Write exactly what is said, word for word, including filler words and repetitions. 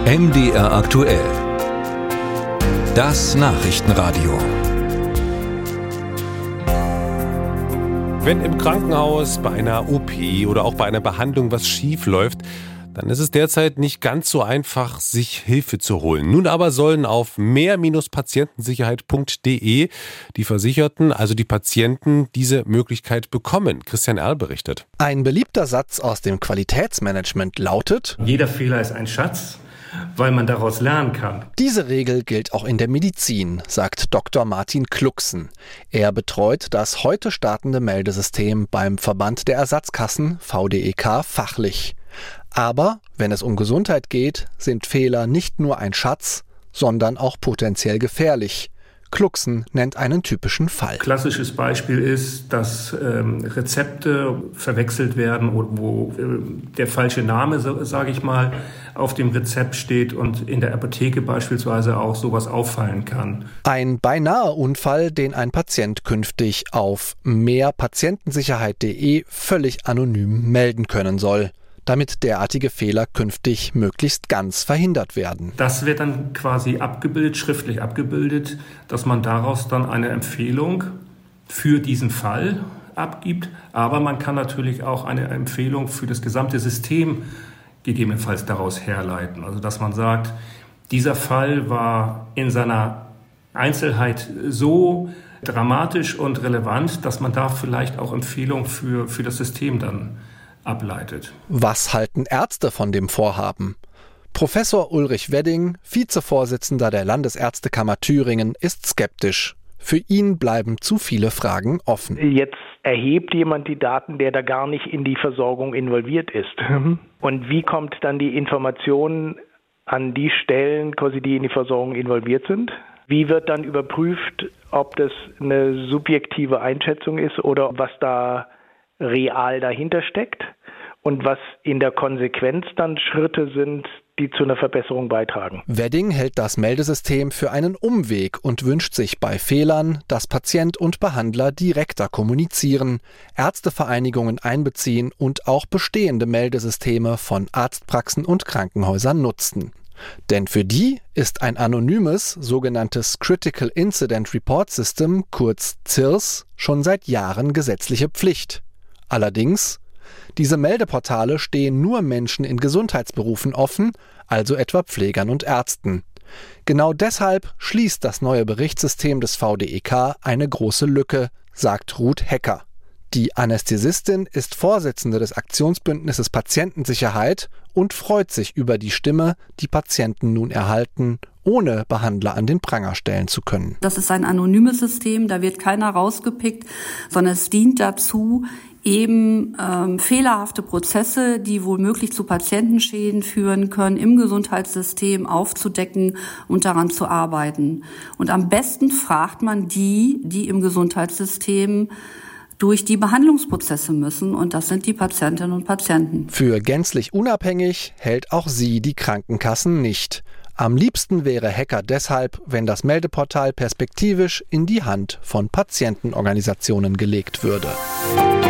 M D R aktuell. Das Nachrichtenradio. Wenn im Krankenhaus bei einer O P oder auch bei einer Behandlung was schief läuft, dann ist es derzeit nicht ganz so einfach, sich Hilfe zu holen. Nun aber sollen auf mehr Patientensicherheit punkt de die Versicherten, also die Patienten, diese Möglichkeit bekommen. Christian Erl berichtet. Ein beliebter Satz aus dem Qualitätsmanagement lautet: Jeder Fehler ist ein Schatz, weil man daraus lernen kann. Diese Regel gilt auch in der Medizin, sagt Doktor Martin Klucksen. Er betreut das heute startende Meldesystem beim Verband der Ersatzkassen V D E K fachlich. Aber wenn es um Gesundheit geht, sind Fehler nicht nur ein Schatz, sondern auch potenziell gefährlich. Klucksen nennt einen typischen Fall. Klassisches Beispiel ist, dass ähm, Rezepte verwechselt werden, wo äh, der falsche Name, so, sage ich mal, auf dem Rezept steht und in der Apotheke beispielsweise auch sowas auffallen kann. Ein beinahe Unfall, den ein Patient künftig auf mehr Patientensicherheit punkt de völlig anonym melden können soll, damit derartige Fehler künftig möglichst ganz verhindert werden. Das wird dann quasi abgebildet, schriftlich abgebildet, dass man daraus dann eine Empfehlung für diesen Fall abgibt. Aber man kann natürlich auch eine Empfehlung für das gesamte System gegebenenfalls daraus herleiten. Also dass man sagt, dieser Fall war in seiner Einzelheit so dramatisch und relevant, dass man da vielleicht auch Empfehlungen für, für das System dann ableitet. Was halten Ärzte von dem Vorhaben? Professor Ulrich Wedding, Vizevorsitzender der Landesärztekammer Thüringen, ist skeptisch. Für ihn bleiben zu viele Fragen offen. Jetzt erhebt jemand die Daten, der da gar nicht in die Versorgung involviert ist. Und wie kommt dann die Information an die Stellen, quasi die in die Versorgung involviert sind? Wie wird dann überprüft, ob das eine subjektive Einschätzung ist oder was da real dahinter steckt und was in der Konsequenz dann Schritte sind, die zu einer Verbesserung beitragen. Wedding hält das Meldesystem für einen Umweg und wünscht sich bei Fehlern, dass Patient und Behandler direkter kommunizieren, Ärztevereinigungen einbeziehen und auch bestehende Meldesysteme von Arztpraxen und Krankenhäusern nutzen. Denn für die ist ein anonymes, sogenanntes Critical Incident Report System, kurz C I R S, schon seit Jahren gesetzliche Pflicht. Allerdings, diese Meldeportale stehen nur Menschen in Gesundheitsberufen offen, also etwa Pflegern und Ärzten. Genau deshalb schließt das neue Berichtssystem des V D E K eine große Lücke, sagt Ruth Hecker. Die Anästhesistin ist Vorsitzende des Aktionsbündnisses Patientensicherheit und freut sich über die Stimme, die Patienten nun erhalten, ohne Behandler an den Pranger stellen zu können. Das ist ein anonymes System, da wird keiner rausgepickt, sondern es dient dazu, eben ähm, fehlerhafte Prozesse, die womöglich zu Patientenschäden führen können, im Gesundheitssystem aufzudecken und daran zu arbeiten. Und am besten fragt man die, die im Gesundheitssystem durch die Behandlungsprozesse müssen, und das sind die Patientinnen und Patienten. Für gänzlich unabhängig hält auch sie die Krankenkassen nicht. Am liebsten wäre Hecker deshalb, wenn das Meldeportal perspektivisch in die Hand von Patientenorganisationen gelegt würde.